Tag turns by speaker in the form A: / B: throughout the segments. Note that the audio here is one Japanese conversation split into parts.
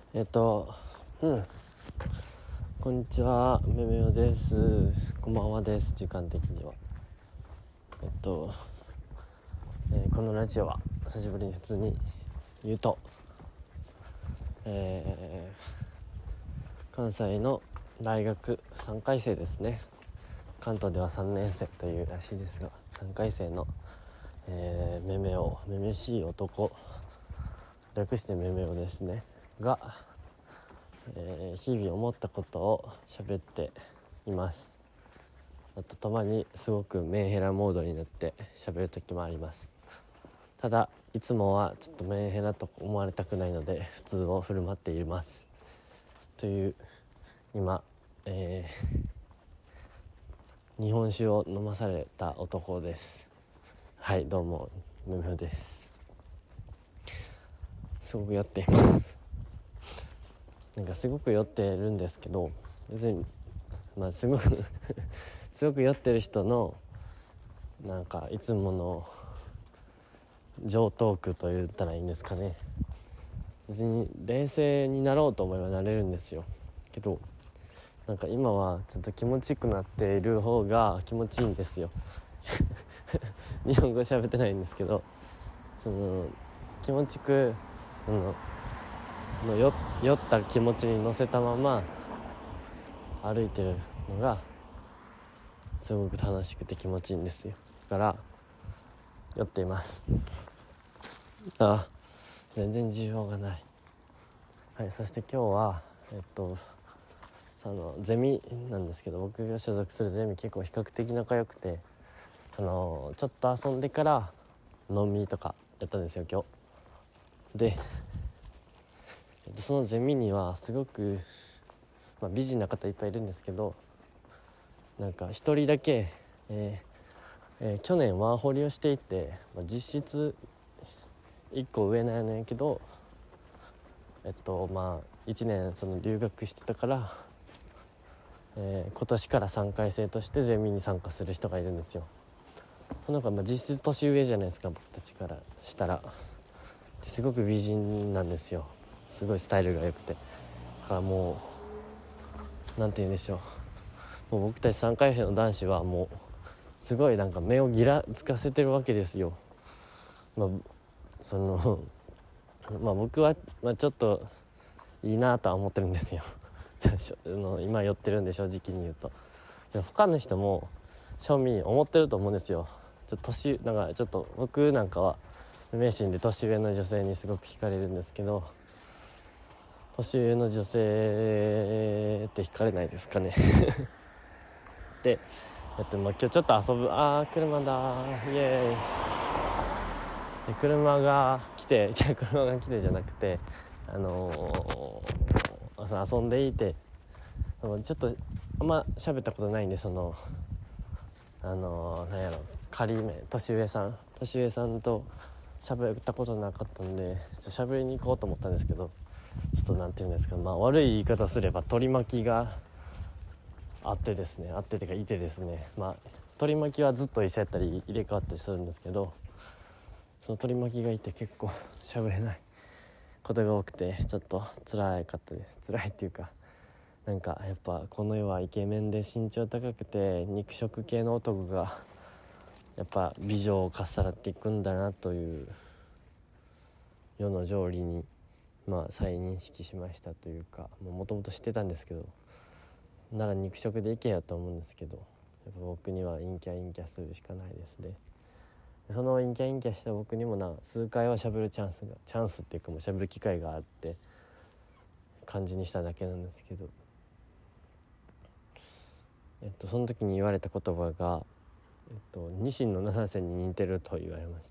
A: えっと、うん、こんにちは、めめよです。こんばんはです。時間的には。このラジオは久しぶりに普通に言うと、関西の大学3回生ですね。関東では3年生というらしいですが、3回生の、めめしい男、略してめめおですねが、日々思ったことを喋っています。あとたまにすごくメンヘラモードになって喋る時もあります。ただいつもはちょっとメンヘラと思われたくないので普通を振る舞っていますという今、日本酒を飲まされた男です。はい、どうもめめです。すごく酔っています。なんかすごく酔ってるんですけど、別にすごくすごく酔ってる人のなんかいつもの上トークと言ったらいいんですかね。別に冷静になろうと思えばなれるんですよ。けどなんか今はちょっと気持ちよくなっている方が気持ちいいんですよ。日本語喋ってないんですけど、その気持ちくその酔った気持ちに乗せたまま歩いてるのがすごく楽しくて気持ちいいんですよ。だから酔っています。全然需要がない。はい、そして今日はそのゼミなんですけど、僕が所属するゼミ結構比較的仲良くて、ちょっと遊んでから飲みとかやったんですよ今日で。そのゼミにはすごく、美人な方いっぱいいるんですけど、なんか一人だけ、去年ワーホリをしていて、実質1個上なんやけど、1年その留学してたから、今年から3回生としてゼミに参加する人がいるんですよ。その子は実質年上じゃないですか、僕たちからしたら。すごく美人なんですよ。すごいスタイルが良くて、だからもうなんて言うんでしょう、もう僕たち3回生の男子はもうすごいなんか目をギラつかせてるわけですよ。その僕は、ちょっといいなとは思ってるんですよ。今寄ってるんで正直に言うと。で他の人も庶民思ってると思うんですよ。ちょっと僕なんかは無名心で年上の女性にすごく惹かれるんですけど、年上の女性って惹かれないですかね。で、今日ちょっと遊ぶ車だイエーイ。で車が来てじゃなくて、遊んでいて、ちょっとあんま喋ったことないんで、なんやろ、仮名年上さんと喋ったことなかったんで、喋りに行こうと思ったんですけど、ちょっとなんていうんですか、悪い言い方すれば取り巻きがあってですね、いてですね、取り巻きはずっと一緒やったり入れ替わったりするんですけど、その取り巻きがいて結構喋れないことが多くて、ちょっと辛かったです。辛いっていうか、なんかやっぱこの世はイケメンで身長高くて肉食系の男がやっぱ美女をかっさらっていくんだなという世の条理に再認識しましたというか、もともと知ってたんですけど、なら肉食でいけよと思うんですけど、やっぱ僕には陰キャするしかないですね。その陰キャした僕にも数回は喋るチャンスっていうか、もう喋る機会があって感じにしただけなんですけど、その時に言われた言葉が、ニシンの七瀬に似てると言われました。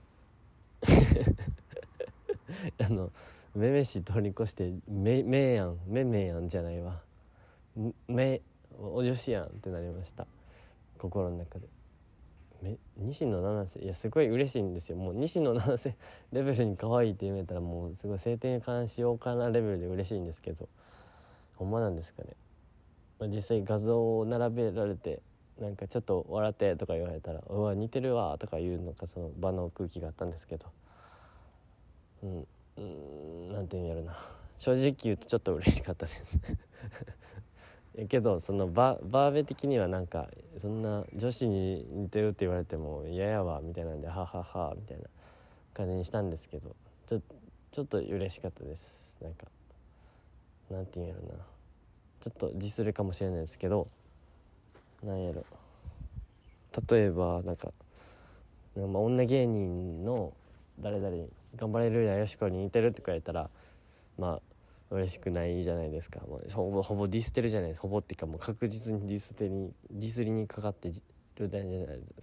A: めめし通り越してめやんじゃないわ、お女子やんってなりました、心の中で。西野七瀬、いやすごい嬉しいんですよ。もう西野七瀬レベルに可愛いって言えたら、もうすごい晴天監視用かなレベルで嬉しいんですけど、ほんまなんですかね。実際画像を並べられて、なんかちょっと笑ってとか言われたら、うわ似てるわとか言うのか、その場の空気があったんですけど、なんていうんやろな、 正直言うとちょっと嬉しかったですけどそのバーベ的にはなんかそんな女子に似てるって言われても嫌やわみたいなんではははみたいな感じにしたんですけど、ちょっと嬉しかったです。なんかなんていうんやろな、ちょっとディスるかもしれないですけど、なんやろ、例えばなんか女芸人の誰々頑張れるやよしこに似てるとか言ったらまあ嬉しくないじゃないですか。もうほぼディスってるじゃないですか。ほぼっていうかもう確実にディスりにかかってるじゃないです。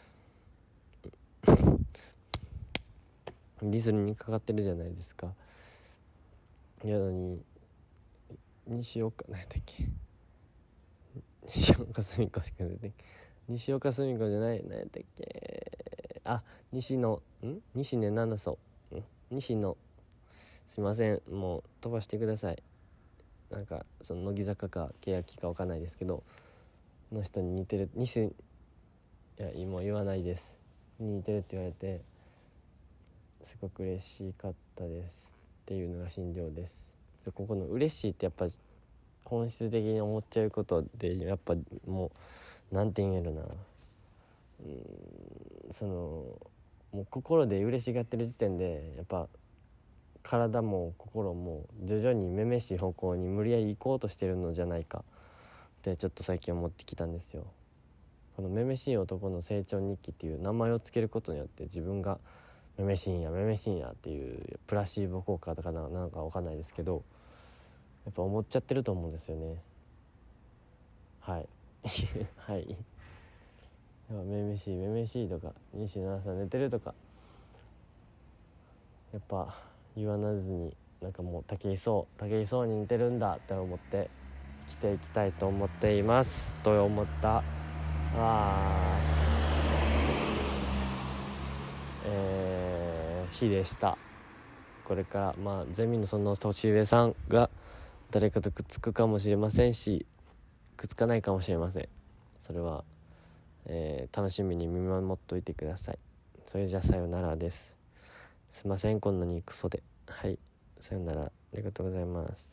A: ディスりにかかってるじゃないですか。やのに西岡何やったっけ、西岡澄子しか出て西岡澄子じゃない、何やったっけ、西野七瀬西野、すいません、もう飛ばしてください。なんかその乃木坂か欅か分かんないですけどの人に似てる、いやもう言わないです、似てるって言われてすごく嬉しかったですっていうのが心情です。ここの嬉しいってやっぱ本質的に思っちゃうことで、やっぱもうなんて言うんやろな、そのもう心で嬉しがってる時点でやっぱ体も心も徐々にめめしい方向に無理やり行こうとしてるのじゃないかってちょっと最近思ってきたんですよ。このめめしい男の成長日記っていう名前をつけることによって自分がめめしいんやっていうプラシーボ効果とかなんかわかんないですけど、やっぱ思っちゃってると思うんですよね。はいはいめめしいとか西野さん寝てるとかやっぱ言わずに、なんかもう武井壮に似てるんだって思って着ていきたいと思っていますと思った日でした。これからゼミのその年上さんが誰かとくっつくかもしれませんしくっつかないかもしれません。それは、楽しみに見守っといてください。それじゃさよならです。すいませんこんなにクソで。はい、さよなら、ありがとうございます。